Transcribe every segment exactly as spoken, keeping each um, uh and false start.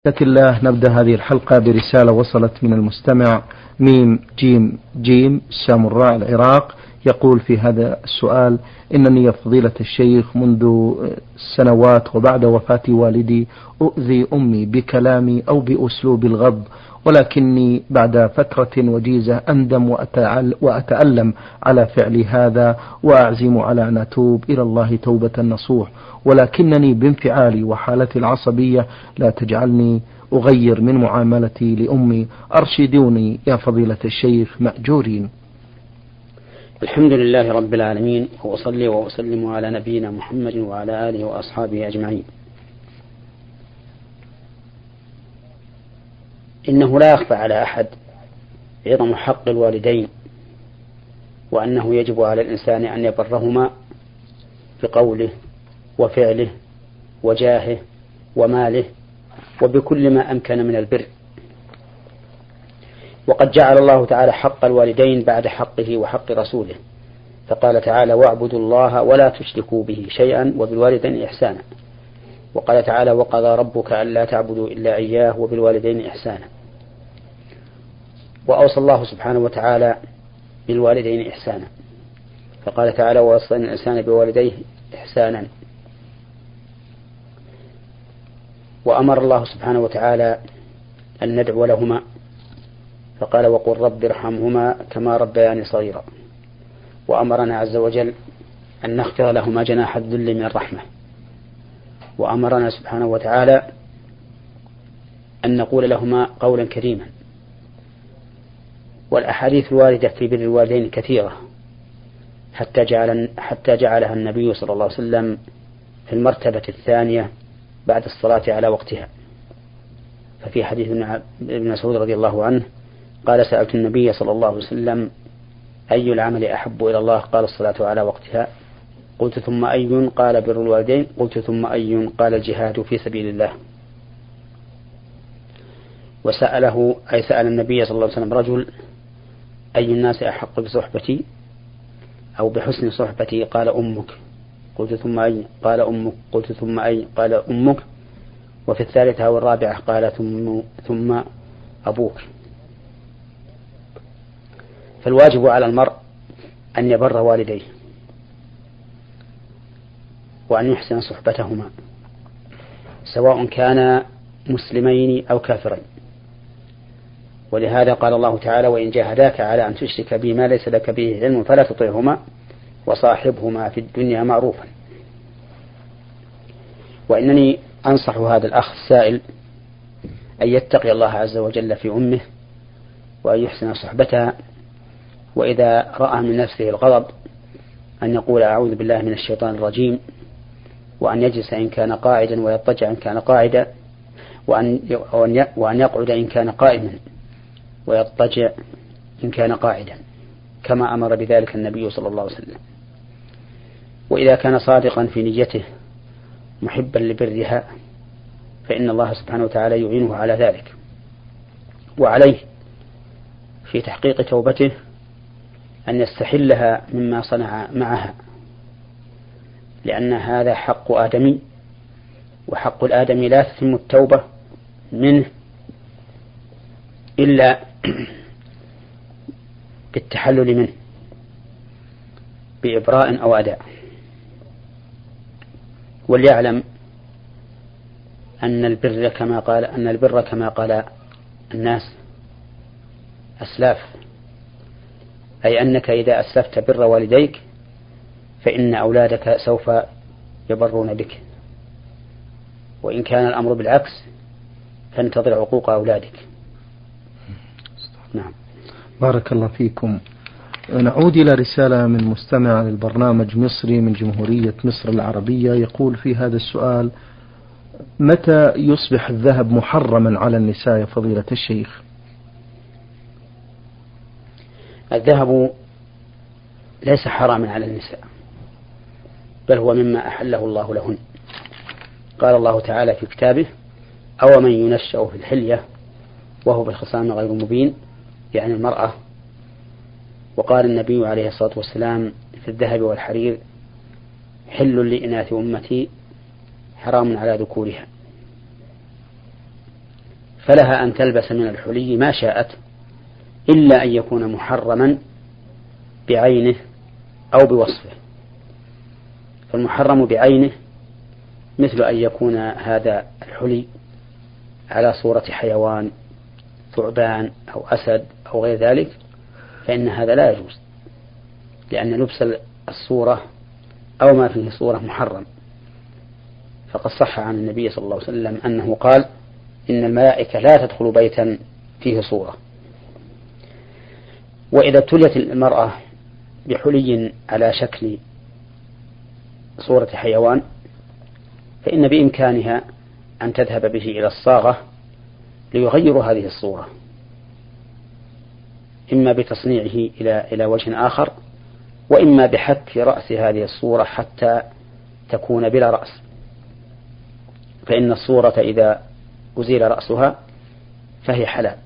بسم الله. نبدأ هذه الحلقة برسالة وصلت من المستمع ميم جيم جيم سامراء العراق. يقول في هذا السؤال: إنني يا فضيلة الشيخ منذ سنوات وبعد وفاة والدي أؤذي أمي بكلامي أو بأسلوب الغض، ولكني بعد فترة وجيزة أندم وأتألم على فعل هذا وأعزم على أن أتوب إلى الله توبة نصوح، ولكنني بانفعالي وحالتي العصبية لا تجعلني أغير من معاملتي لأمي. أرشدوني يا فضيلة الشيخ مأجورين. الحمد لله رب العالمين، وأصلي وأسلم على نبينا محمد وعلى آله وأصحابه أجمعين. إنه لا يخفى على أحد عظم حق الوالدين، وأنه يجب على الإنسان أن يبرهما بقوله وفعله وجاهه وماله وبكل ما أمكن من البر. وقد جعل الله تعالى حق الوالدين بعد حقه وحق رسوله، فقال تعالى: واعبدوا الله ولا تشركوا به شيئا وبالوالدين إحسانا. وقال تعالى: وقضى ربك ألا تعبدوا إلا إياه وبالوالدين إحسانا. وأوصى الله سبحانه وتعالى بالوالدين إحسانا، فقال تعالى: ووصينا الإنسان بوالديه إحسانا. وأمر الله سبحانه وتعالى أن ندعو لهما، فقال: وقل رب ارحمهما كما ربياني صغيرا. وأمرنا عز وجل أن نخفض لهما جناح الذل من الرحمة، وأمرنا سبحانه وتعالى أن نقول لهما قولا كريما. والأحاديث الواردة في بر الوالدين كثيرة، حتى جعل حتى جعلها النبي صلى الله عليه وسلم في المرتبة الثانية بعد الصلاة على وقتها. ففي حديث ابن مسعود رضي الله عنه قال: سألت النبي صلى الله عليه وسلم: أي العمل أحب إلى الله؟ قال: الصلاة على وقتها. قلت: ثم أي؟ قال: بر الوالدين. قلت: ثم أي؟ قال: الجهاد في سبيل الله. وسأله أي سأل النبي صلى الله عليه وسلم رجل: أي الناس أحق بصحبتي أو بحسن صحبتي؟ قال: أمك. قلت: ثم أي؟ قال: أمك. قلت: ثم أي؟ قال: أمك. وفي الثالثة والرابعة قال: ثم, ثم أبوك. فالواجب على المرء أن يبر والديه وأن يحسن صحبتهما، سواء كان مسلمين أو كافرين. ولهذا قال الله تعالى: وإن جاهداك على أن تشرك بي ما ليس لك به علم فلا تطعهما وصاحبهما في الدنيا معروفا. وإنني أنصح هذا الأخ السائل أن يتقي الله عز وجل في أمه وأن يحسن صحبتها، وإذا رأى من نفسه الغضب أن يقول: أعوذ بالله من الشيطان الرجيم، وأن يجلس إن كان قاعدا ويضطجع إن كان قاعدا، وأن وأن يقعد إن كان قائما ويضطجع إن كان قاعدا، كما أمر بذلك النبي صلى الله عليه وسلم. وإذا كان صادقا في نيته محبا لبرها فإن الله سبحانه وتعالى يعينه على ذلك، وعليه في تحقيق توبته أن يستحلها مما صنع معها، لأن هذا حق آدمي، وحق الآدمي لا تتم التوبة منه إلا بالتحلل منه بإبراء أو أداء. وليعلم أن البر كما قال أن البر كما قال الناس أسلاف، أي أنك إذا أسلفت بر والديك فإن أولادك سوف يبرون بك، وإن كان الأمر بالعكس فانتظر عقوق أولادك. نعم. بارك الله فيكم. نعود إلى رسالة من مستمع للبرنامج مصري من جمهورية مصر العربية. يقول في هذا السؤال: متى يصبح الذهب محرما على النساء يا فضيلة الشيخ؟ الذهب ليس حراما على النساء، بل هو مما أحله الله لهن. قال الله تعالى في كتابه: أو من ينشأ في الحلية وهو بالخصام غير مبين، يعني المرأة. وقال النبي عليه الصلاة والسلام في الذهب والحرير: حل لإناث أمتي حرام على ذكورها. فلها أن تلبس من الحلي ما شاءت إلا أن يكون محرما بعينه أو بوصفه. فالمحرم بعينه مثل أن يكون هذا الحلي على صورة حيوان ثعبان أو أسد أو غير ذلك، فإن هذا لا يجوز، لأن لبس الصورة أو ما فيه صورة محرم. فقد صح عن النبي صلى الله عليه وسلم أنه قال: إن الملائكة لا تدخل بيتا فيه صورة. وإذا ابتليت المرأة بحلي على شكل صورة حيوان فإن بإمكانها أن تذهب به إلى الصاغة ليغير هذه الصورة، إما بتصنيعه إلى إلى وجه آخر، وإما بحك رأس هذه الصورة حتى تكون بلا رأس، فإن الصورة إذا أزيل رأسها فهي حلال،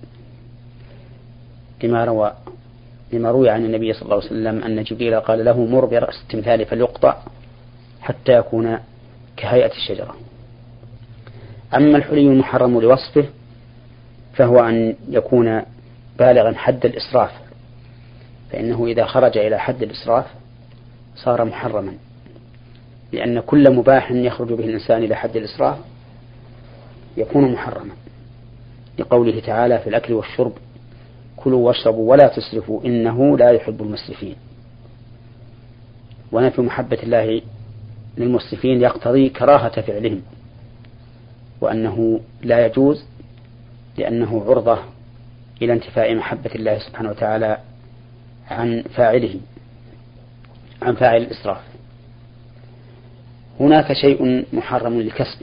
لما روى لما روي عن النبي صلى الله عليه وسلم أن جبريل قال له: مر برأس التمثال فليقطع حتى يكون كهيئة الشجرة. أما الحلي المحرم لوصفه فهو أن يكون بالغا حد الإسراف، فإنه إذا خرج إلى حد الإسراف صار محرما، لأن كل مباح يخرج به الإنسان إلى حد الإسراف يكون محرما، لقوله تعالى: في الأكل والشرب كلوا واشربوا ولا تسرفوا إنه لا يحب المسرفين. ونفي محبة الله للمسرفين يقتضي كراهة فعلهم، وأنه لا يجوز لأنه عرضة إلى انتفاء محبة الله سبحانه وتعالى عن فاعله عن فاعل الإسراف. هناك شيء محرم لكسبه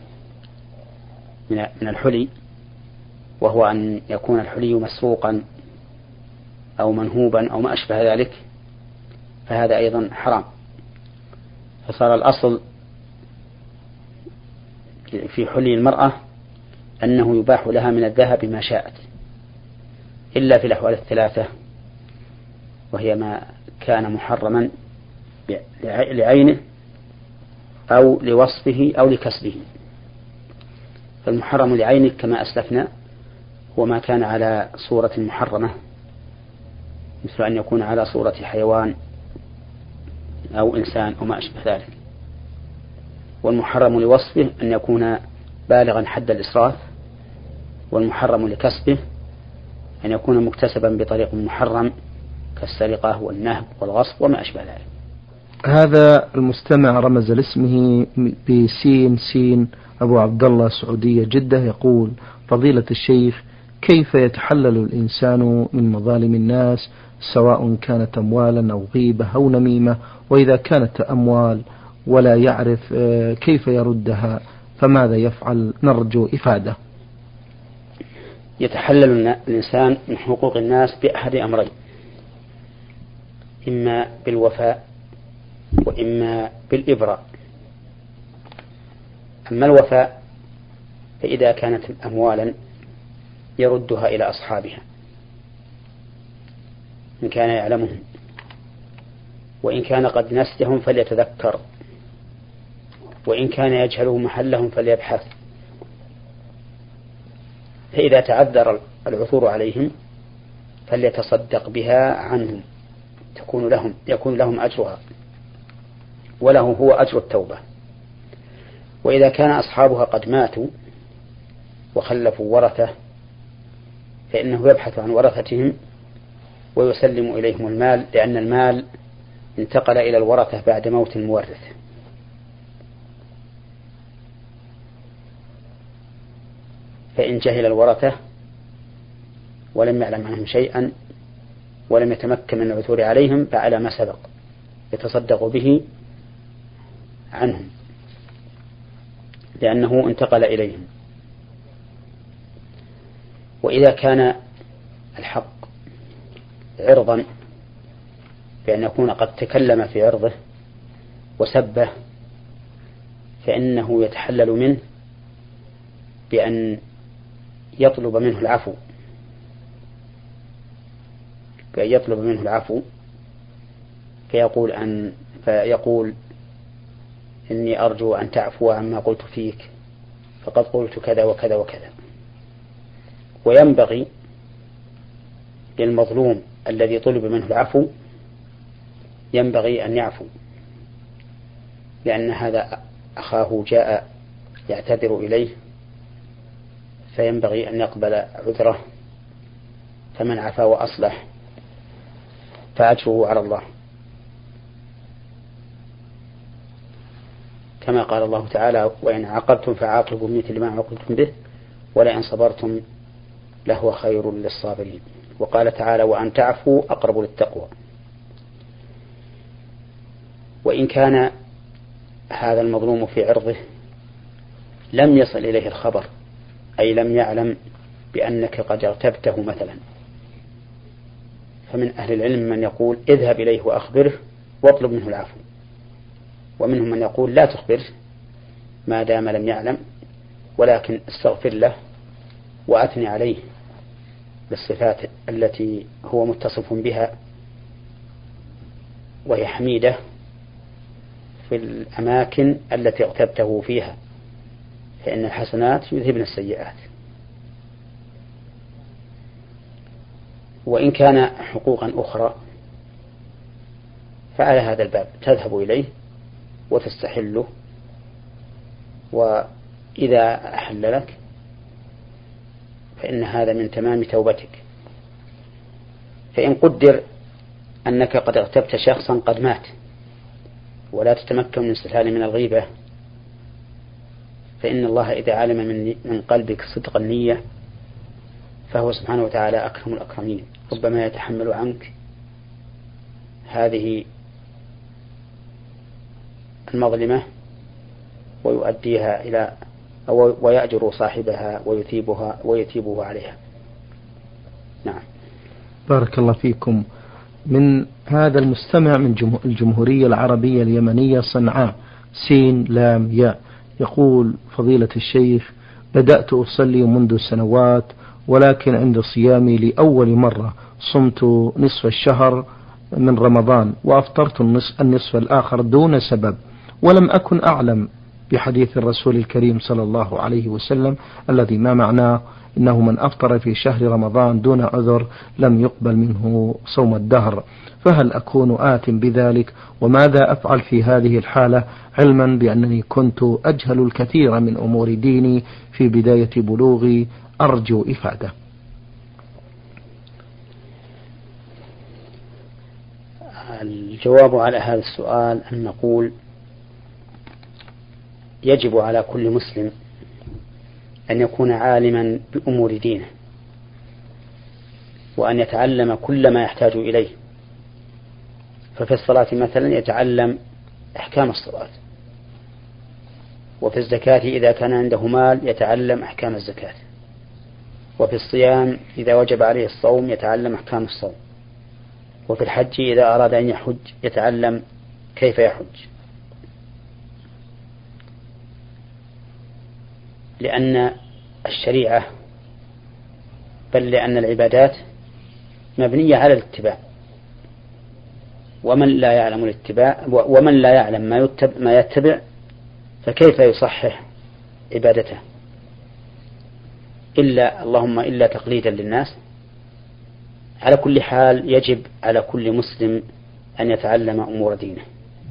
من الحلي، وهو أن يكون الحلي مسروقا أو منهوبا أو ما أشبه ذلك، فهذا أيضا حرام. فصار الأصل في حلي المرأة أنه يباح لها من الذهب ما شاءت، إلا في الأحوال الثلاثة، وهي ما كان محرما لعينه أو لوصفه أو لكسبه. فالمحرم لعينه كما أسلفنا هو ما كان على صورة محرمة، مثل أن يكون على صورة حيوان أو إنسان أو ما أشبه ذلك. والمحرم لوصفه أن يكون بالغا حد الإسراف. والمحرم لكسبه أن يكون مكتسبا بطريق محرم كالسرقة والنهب والغصب وما أشبه ذلك. هذا المستمع رمز لاسمه بسين سين أبو عبد الله سعودية جدة، يقول: فضيلة الشيخ، كيف يتحلل الإنسان من مظالم الناس، سواء كانت أموالا أو غيبة أو نميمة؟ وإذا كانت أموال ولا يعرف كيف يردها فماذا يفعل؟ نرجو إفادة. يتحلل الإنسان من حقوق الناس بأحد أمرين: إما بالوفاء وإما بالإبراء. أما الوفاء فإذا كانت أموالا يردها إلى أصحابها إن كان يعلمهم، وإن كان قد نسيهم فليتذكر، وإن كان يجهله محلهم فليبحث. فإذا تعذر العثور عليهم فليتصدق بها عنهم، تكون لهم يكون لهم أجرها وله هو أجر التوبة. وإذا كان أصحابها قد ماتوا وخلفوا ورثة فإنه يبحث عن ورثتهم ويسلم إليهم المال، لأن المال انتقل إلى الورثة بعد موت المورث. فإن جهل الورثة ولم يعلم عنهم شيئا ولم يتمكن من العثور عليهم فعلى ما سبق يتصدق به عنهم، لأنه انتقل إليهم. وإذا كان الحق عرضا بأن يكون قد تكلم في عرضه وسبه فإنه يتحلل منه بأن يطلب منه العفو بأن يطلب منه العفو فيقول أن فيقول إني أرجو أن تعفو عما قلت فيك، فقد قلت كذا وكذا وكذا. وينبغي للمظلوم الذي طلب منه العفو ينبغي أن يعفو، لأن هذا أخاه جاء يعتذر إليه فينبغي أن يقبل عذره، فمن عفا وأصلح فأجره على الله، كما قال الله تعالى: وإن عاقبتم فعاقبوا بمثل ما عوقبتم به ولئن صبرتم لهو خير للصابرين. وقال تعالى: وأن تعفوا أقرب للتقوى. وإن كان هذا المظلوم في عرضه لم يصل إليه الخبر، أي لم يعلم بأنك قد اغتبته مثلا، فمن أهل العلم من يقول: اذهب إليه وأخبره واطلب منه العفو، ومنهم من يقول: لا تخبره ما دام لم يعلم، ولكن استغفر له وأثني عليه بالصفات التي هو متصف بها وهي حميدة في الأماكن التي اغتبته فيها، فإن الحسنات يذهبن السيئات. وإن كان حقوقا أخرى فعلى هذا الباب تذهب إليه وتستحله، وإذا أحل لك فإن هذا من تمام توبتك. فإن قدر أنك قد اغتبت شخصا قد مات ولا تتمكن من استحلال من الغيبة، فإن الله إذا علم من من قلبك صدق النية فهو سبحانه وتعالى أكرم الأكرمين، ربما يتحمل عنك هذه المظلمة ويؤديها إلى أو ويأجر صاحبها ويثيبها ويثيبه عليها. نعم. بارك الله فيكم. من هذا المستمع من الجمهورية العربية اليمنية صنعاء سين لام ياء يقول: فضيلة الشيخ، بدأت أصلي منذ سنوات، ولكن عند صيامي لأول مرة صمت نصف الشهر من رمضان وأفطرت النصف, النصف الآخر دون سبب، ولم أكن أعلم بحديث الرسول الكريم صلى الله عليه وسلم الذي ما معناه إنه من أفطر في شهر رمضان دون عذر لم يقبل منه صوم الدهر، فهل أكون آثم بذلك؟ وماذا أفعل في هذه الحالة، علما بأنني كنت أجهل الكثير من أمور ديني في بداية بلوغي؟ أرجو إفادة. الجواب على هذا السؤال أن نقول: يجب على كل مسلم أن يكون عالما بأمور دينه، وأن يتعلم كل ما يحتاج إليه. ففي الصلاة مثلا يتعلم أحكام الصلاة، وفي الزكاة إذا كان عنده مال يتعلم أحكام الزكاة، وفي الصيام إذا وجب عليه الصوم يتعلم أحكام الصوم، وفي الحج إذا أراد أن يحج يتعلم كيف يحج، لأن الشريعة بل لأن العبادات مبنية على الاتباع، ومن لا يعلم الاتباع ومن لا يعلم ما يتبع, ما يتبع فكيف يصحح عبادته إلا اللهم إلا تقليدا للناس. على كل حال يجب على كل مسلم أن يتعلم أمور دينه.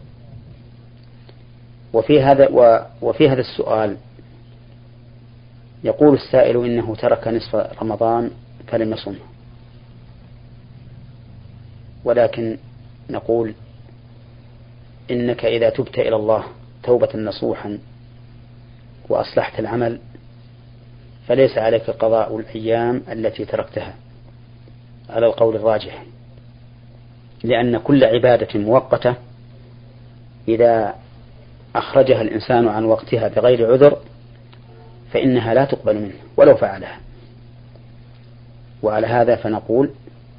وفي هذا وفي هذا السؤال يقول السائل: إنه ترك نصف رمضان فلم يصمه، ولكن نقول: إنك إذا تبت إلى الله توبة نصوحا وأصلحت العمل فليس عليك قضاء الأيام التي تركتها على القول الراجح، لأن كل عبادة مؤقتة إذا أخرجها الإنسان عن وقتها بغير عذر فإنها لا تقبل منه ولو فعلها. وعلى هذا فنقول: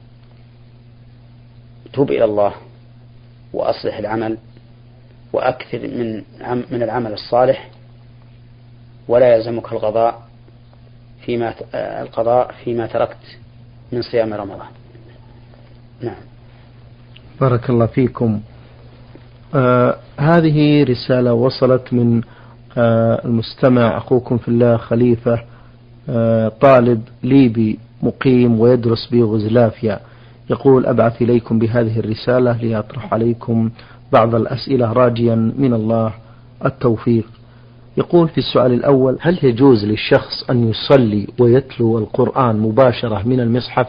توب إلى الله وأصلح العمل وأكثر من من العمل الصالح، ولا يلزمك القضاء فيما القضاء فيما تركت من صيام رمضان. نعم. بارك الله فيكم. آه هذه رسالة وصلت من آه المستمع أخوكم في الله خليفة طالب ليبي مقيم ويدرس بيوغوسلافيا، يقول أبعث إليكم بهذه الرسالة لأطرح عليكم بعض الأسئلة راجيا من الله التوفيق. يقول في السؤال الأول: هل يجوز للشخص أن يصلي ويتلو القرآن مباشرة من المصحف؟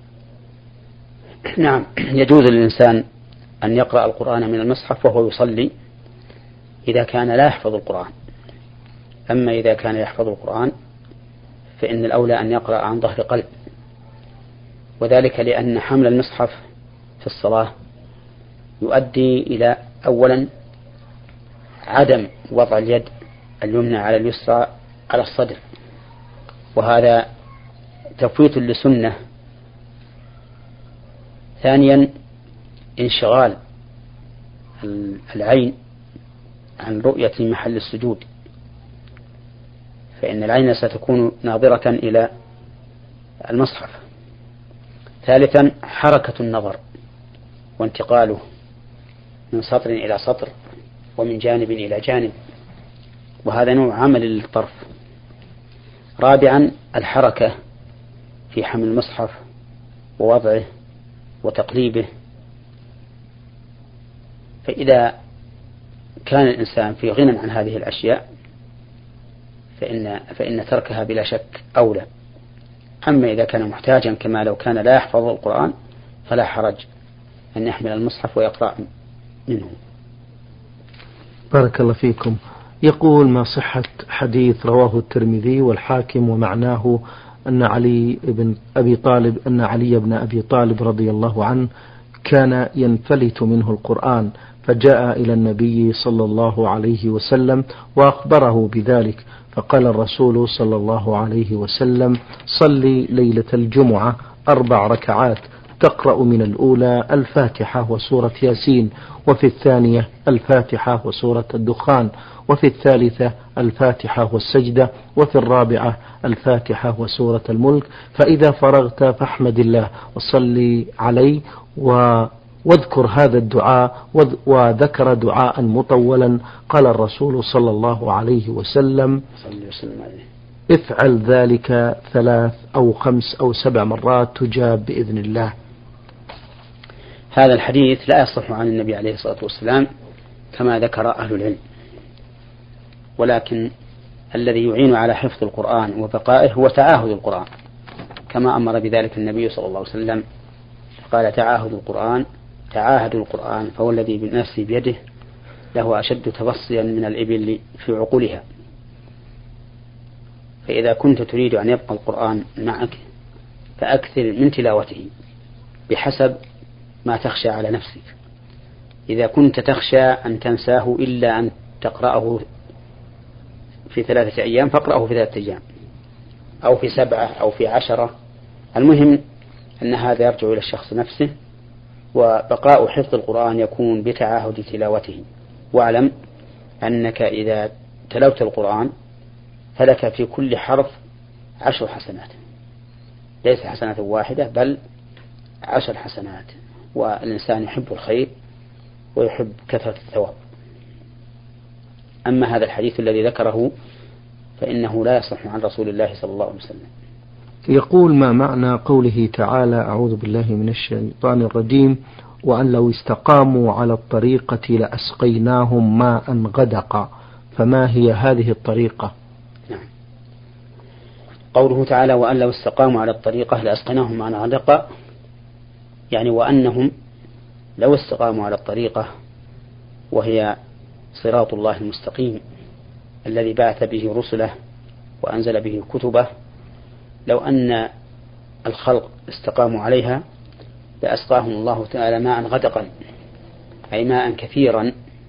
نعم، يجوز للإنسان أن يقرأ القرآن من المصحف وهو يصلي إذا كان لا يحفظ القرآن. أما إذا كان يحفظ القرآن فإن الأولى أن يقرأ عن ظهر قلب، وذلك لأن حمل المصحف في الصلاة يؤدي إلى أولا عدم وضع اليد اليمنى على اليسرى على الصدر، وهذا تفويت لسنة. ثانيا انشغال العين عن رؤية محل السجود، فإن العين ستكون ناظرة إلى المصحف. ثالثا حركة النظر وانتقاله من سطر إلى سطر ومن جانب إلى جانب، وهذا نوع عمل للطرف. رابعا الحركة في حمل المصحف ووضعه وتقليبه، فإذا كان الإنسان في غنى عن هذه الأشياء فإن, فإن تركها بلا شك أولى. أما إذا كان محتاجا كما لو كان لا يحفظ القرآن فلا حرج أن يحمل المصحف ويقرأ منه. بارك الله فيكم. يقول: ما صحة حديث رواه الترمذي والحاكم ومعناه أن علي بن أبي طالب أن علي بن أبي طالب رضي الله عنه كان ينفلت منه القرآن، فجاء إلى النبي صلى الله عليه وسلم وأخبره بذلك، فقال الرسول صلى الله عليه وسلم: صلي ليلة الجمعة أربع ركعات، تقرأ من الأولى الفاتحة وسورة ياسين، وفي الثانية الفاتحة وسورة الدخان، وفي الثالثة الفاتحة والسجدة، وفي الرابعة الفاتحة وسورة الملك، فإذا فرغت فاحمد الله وصلي عليه و واذكر هذا الدعاء. وذكر دعاء مطولا. قال الرسول صلى الله عليه وسلم: افعل ذلك ثلاث أو خمس أو سبع مرات تجاب بإذن الله. هذا الحديث لا يصح عن النبي عليه الصلاة والسلام كما ذكر أهل العلم، ولكن الذي يعين على حفظ القرآن وبقائه هو تعاهد القرآن، كما أمر بذلك النبي صلى الله عليه وسلم، قال: تعاهد القرآن تعاهد القرآن فهو الذي بنفسي بيده له أشد تبصيا من الإبل في عقولها. فإذا كنت تريد أن يبقى القرآن معك فأكثر من تلاوته بحسب ما تخشى على نفسك. إذا كنت تخشى أن تنساه إلا أن تقرأه في ثلاثة أيام فاقرأه في ثلاثة أيام أو في سبعة أو في عشرة. المهم أن هذا يرجع إلى الشخص نفسه، وبقاء حفظ القرآن يكون بتعاهد تلاوته. واعلم أنك إذا تلوت القرآن فلك في كل حرف عشر حسنات، ليس حسنة واحدة بل عشر حسنات، والإنسان يحب الخير ويحب كثرة الثواب. أما هذا الحديث الذي ذكره فإنه لا يصح عن رسول الله صلى الله عليه وسلم. يقول: ما معنى قوله تعالى: أعوذ بالله من الشيطان الرجيم، وأن لو استقاموا على الطريقة لأسقيناهم ماء غدقا، فما هي هذه الطريقة؟ نعم. قوله تعالى: وأن لو استقاموا على الطريقة لأسقيناهم ماء غدقا، يعني وأنهم لو استقاموا على الطريقة وهي صراط الله المستقيم الذي بعث به رسله وأنزل به كتبه، لو أن الخلق استقاموا عليها لأسقاهم الله تعالى ماء غدقا، أي ماء كثيرا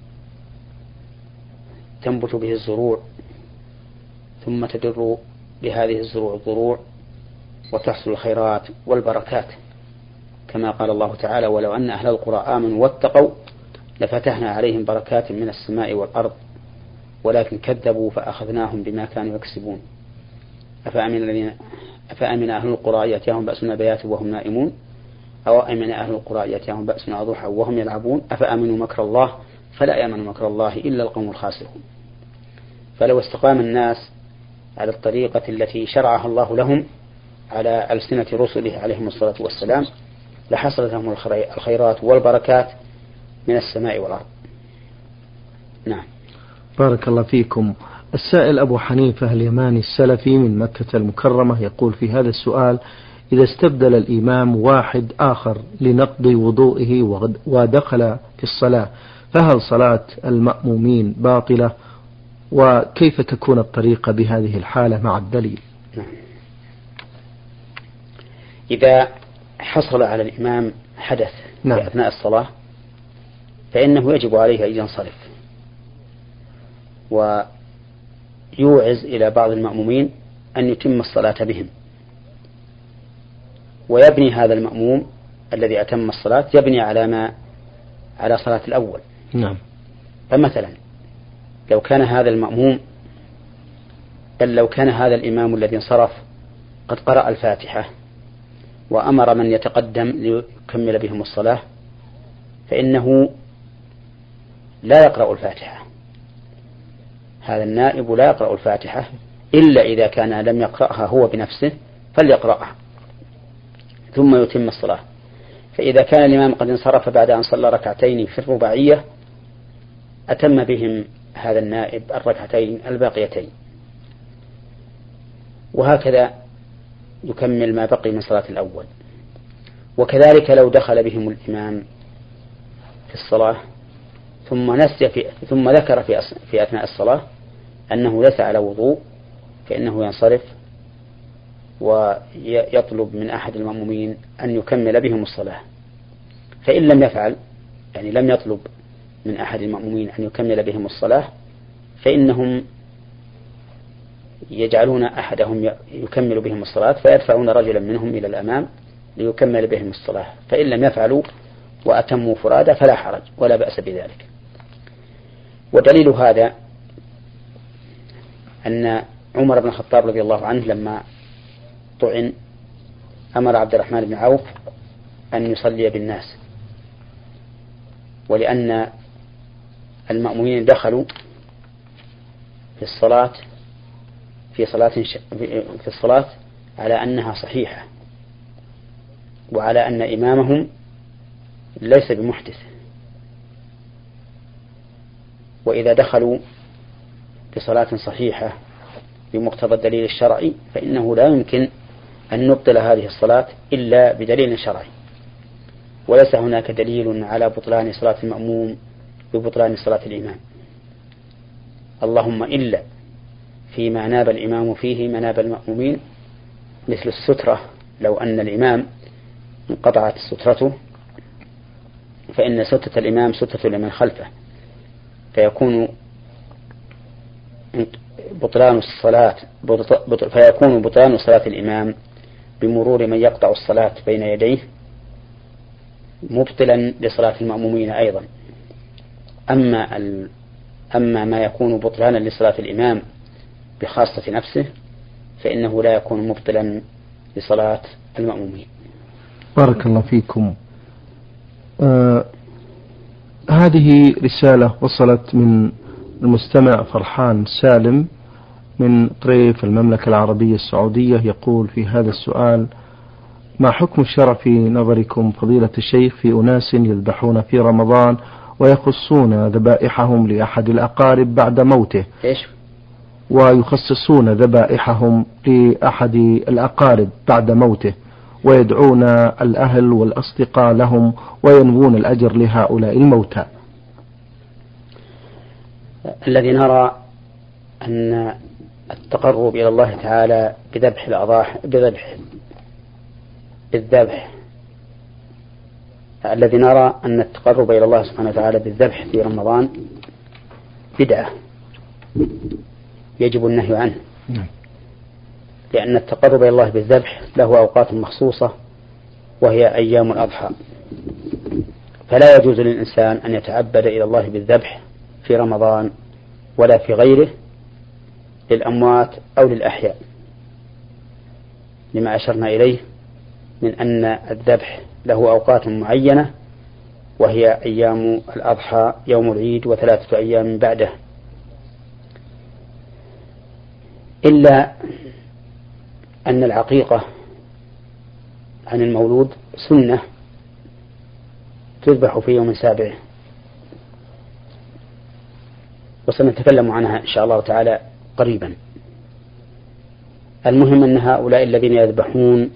تنبت به الزروع ثم تدر بهذه الزروع الضروع وتحصل الخيرات والبركات، كما قال الله تعالى: ولو أن أهل القرى آمنوا واتقوا لفتحنا عليهم بركات من السماء والأرض ولكن كذبوا فأخذناهم بما كانوا يكسبون. أفأمن الذين أفأمن أهل القرى يأتيهم بأسنا بياتا وهم نائمون، أو أمن أهل القرى يأتيهم بأسنا ضحى وهم يلعبون، أفأمنوا مكر الله فلا يأمن مكر الله إلا القوم الخاسرون. فلو استقام الناس على الطريقة التي شرعها الله لهم على ألسنة رسله عليهم الصلاة والسلام لحصلت لهم الخيرات والبركات من السماء والأرض. نعم. بارك الله فيكم. السائل أبو حنيفة اليماني السلفي من مكة المكرمة يقول في هذا السؤال: إذا استبدل الإمام واحد آخر لنقض وضوئه ودخل في الصلاة فهل صلاة المأمومين باطلة؟ وكيف تكون الطريقة بهذه الحالة مع الدليل؟ نعم. إذا حصل على الإمام حدث نعم. في أثناء الصلاة فإنه يجب عليه أن ينصرف ويوعز إلى بعض المأمومين أن يتم الصلاة بهم، ويبني هذا المأموم الذي أتم الصلاة يبني على ما على صلاة الأول. نعم. فمثلا لو كان هذا المأموم بل لو كان هذا الإمام الذي انصرف قد قرأ الفاتحة وأمر من يتقدم ليكمل بهم الصلاة فإنه لا يقرأ الفاتحة، هذا النائب لا يقرأ الفاتحة إلا إذا كان لم يقرأها هو بنفسه فليقرأها ثم يتم الصلاة. فإذا كان الإمام قد انصرف بعد أن صلى ركعتين في الرباعية أتم بهم هذا النائب الركعتين الباقيتين، وهكذا يكمل ما بقي من صلاة الأول. وكذلك لو دخل بهم الإمام في الصلاة ثم نسي في ثم ذكر في في أثناء الصلاة أنه ليس على وضوء فإنه ينصرف ويطلب من أحد المأمومين أن يكمل بهم الصلاة. فإن لم يفعل يعني لم يطلب من أحد المأمومين أن يكمل بهم الصلاة فإنهم يجعلون أحدهم يكمل بهم الصلاة فيدفعون رجلا منهم إلى الأمام ليكمل بهم الصلاة، فإن لم يفعلوا وأتموا فرادى فلا حرج ولا بأس بذلك. ودليل هذا أن عمر بن الخطاب رضي الله عنه لما طعن أمر عبد الرحمن بن عوف أن يصلي بالناس، ولأن المأمومين دخلوا في الصلاة في صلاة في الصلاة على أنها صحيحة وعلى أن إمامهم ليس بمحدث، وإذا دخلوا بصلاة صحيحة بمقتضى الدليل الشرعي فإنه لا يمكن أن نبطل هذه الصلاة إلا بدليل شرعي، وليس هناك دليل على بطلان صلاة المأموم ببطلان صلاة الإمام، اللهم إلا فيما ناب الإمام فيه مناب المأمومين مثل السترة، لو أن الإمام انقطعت سترته فإن سترة الإمام سترة لمن خلفه فيكون بطلان الصلاة فيكون بطلان صلاة الإمام بمرور من يقطع الصلاة بين يديه مبطلا لصلاة المأمومين أيضا. أما أما ما يكون بطلانا لصلاة الإمام بخاصة نفسه فإنه لا يكون مبطلا لصلاة المأمومين. بارك الله فيكم. آه هذه رسالة وصلت من المستمع فرحان سالم من طريف المملكة العربية السعودية، يقول في هذا السؤال: ما حكم الشرع في نظركم فضيلة الشيخ في أناس يذبحون في رمضان ويخصون ذبائحهم لأحد الأقارب بعد موته؟ إيش؟ ويخصصون ذبائحهم لأحد الأقارب بعد موته ويدعون الأهل والأصدقاء لهم وينوون الأجر لهؤلاء الموتى. الذي نرى أن التقرب إلى الله تعالى بذبح الأضاحي بذبح بالذبح الذي نرى أن التقرب إلى الله سبحانه وتعالى بالذبح في رمضان بدعة يجب النهي عنه، لأن التقرب إلى الله بالذبح له أوقات مخصوصة وهي أيام الأضحى، فلا يجوز للإنسان أن يتعبد إلى الله بالذبح في رمضان ولا في غيره للأموات أو للأحياء، لما أشرنا إليه من أن الذبح له أوقات معينة وهي أيام الأضحى يوم العيد وثلاثة أيام بعده. إلا أن العقيقة عن المولود سنة تذبح في يوم سابع، وسنتكلم عنها إن شاء الله تعالى قريبا. المهم أن هؤلاء الذين يذبحون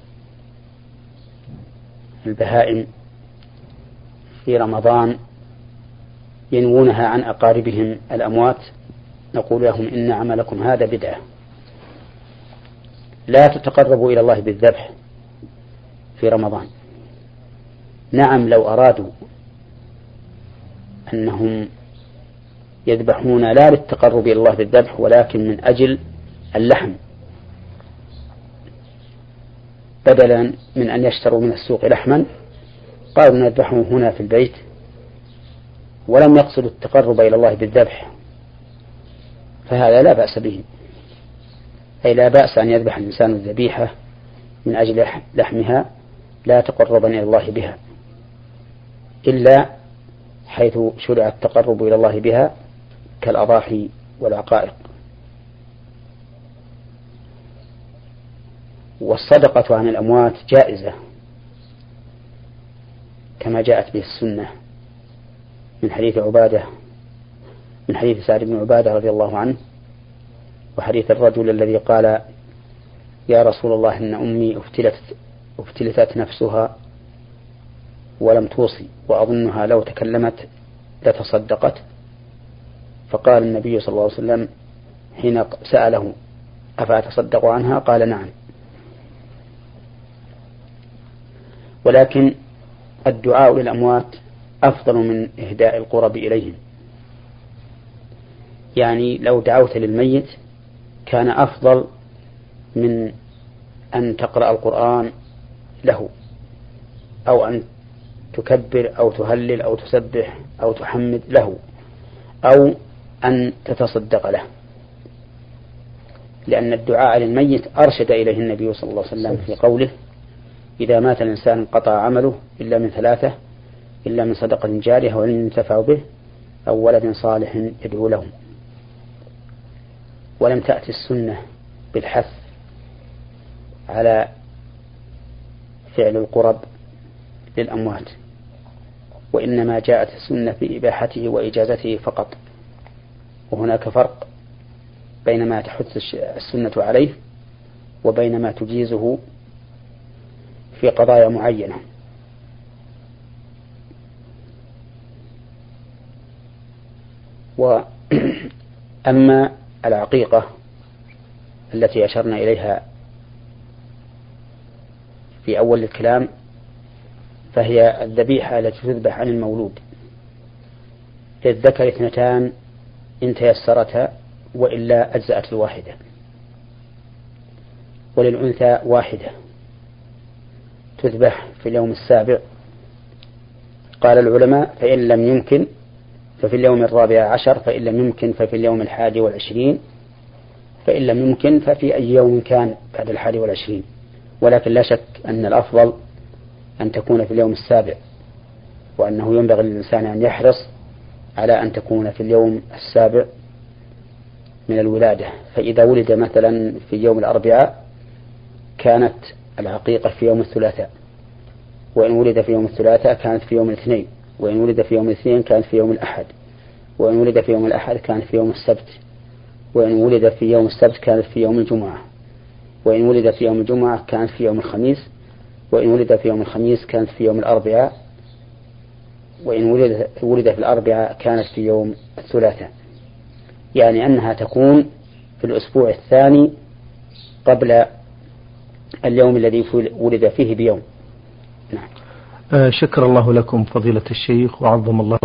البهائم في رمضان ينوونها عن أقاربهم الأموات، نقول لهم إن عملكم هذا بدعة، لا تتقربوا إلى الله بالذبح في رمضان. نعم لو أرادوا أنهم يذبحون لا للتقرب إلى الله بالذبح ولكن من أجل اللحم، بدلا من أن يشتروا من السوق لحما قالوا نذبحه هنا في البيت، ولم يقصدوا التقرب إلى الله بالذبح، فهذا لا بأس به، أي لا بأس أن يذبح الإنسان الذبيحة من أجل لحمها لا تقربا إلى الله بها، إلا حيث شرع التقرب إلى الله بها كالأضاحي والعقائق. والصدقة عن الأموات جائزة كما جاءت به السنة من حديث عبادة من حديث سعد بن عبادة رضي الله عنه، وحديث الرجل الذي قال يا رسول الله إن أمي افتلت افتلتت نفسها ولم توصي وأظنها لو تكلمت لتصدقت، فقال النبي صلى الله عليه وسلم حين سأله أفأتصدق عنها قال نعم. ولكن الدعاء للأموات أفضل من إهداء القرب إليهم، يعني لو دعوت للميت كان أفضل من أن تقرأ القرآن له، أو أن تكبر أو تهلل أو تسبح أو تحمد له، أو أن تتصدق له، لأن الدعاء للميت أرشد إليه النبي صلى الله عليه وسلم في قوله إذا مات الإنسان انقطع عمله إلا من ثلاثة، إلا من صدقة جارية وعلم ينتفع به أو ولد صالح يدعو له. ولم تأتي السنة بالحث على فعل القرب للأموات، وإنما جاءت السنة في إباحته وإجازته فقط، وهناك فرق بين ما تحث السنة عليه وبين ما تجيزه في قضايا معينة. وأما العقيقة التي أشرنا إليها في أول الكلام فهي الذبيحة التي تذبح عن المولود، للذكر اثنتان إن تيسرتا وإلا أجزأت الواحدة، وللأنثى واحدة تذبح في اليوم السابع. قال العلماء فإن لم يمكن ففي اليوم الرابع عشر، فإن لم يمكن ففي اليوم الحادي والعشرين، فإن لم يمكن ففي أي يوم كان بعد الحادي والعشرين. ولكن لا شك أن الأفضل أن تكون في اليوم السابع، وأنه ينبغي للإنسان أن يحرص على أن تكون في اليوم السابع من الولادة. فإذا ولد مثلا في يوم الأربعاء كانت العقيقة في يوم الثلاثاء، وإن ولد في يوم الثلاثاء كانت في يوم الاثنين، وإن ولد في يوم الاثنين كانت في يوم الأحد، وإن ولد في يوم الأحد كانت في يوم السبت، وإن ولد في يوم السبت كانت في يوم الجمعة، وإن ولد في يوم الجمعة كانت في يوم الخميس، وإن ولد في يوم الخميس كانت في يوم الأربعاء، وإن ولد, ولد في الأربعاء كانت في يوم الثلاثاء، يعني أنها تكون في الأسبوع الثاني قبل اليوم الذي ولد فيه بيوم. نعم. آه شكر الله لكم فضيلة الشيخ وعظم الله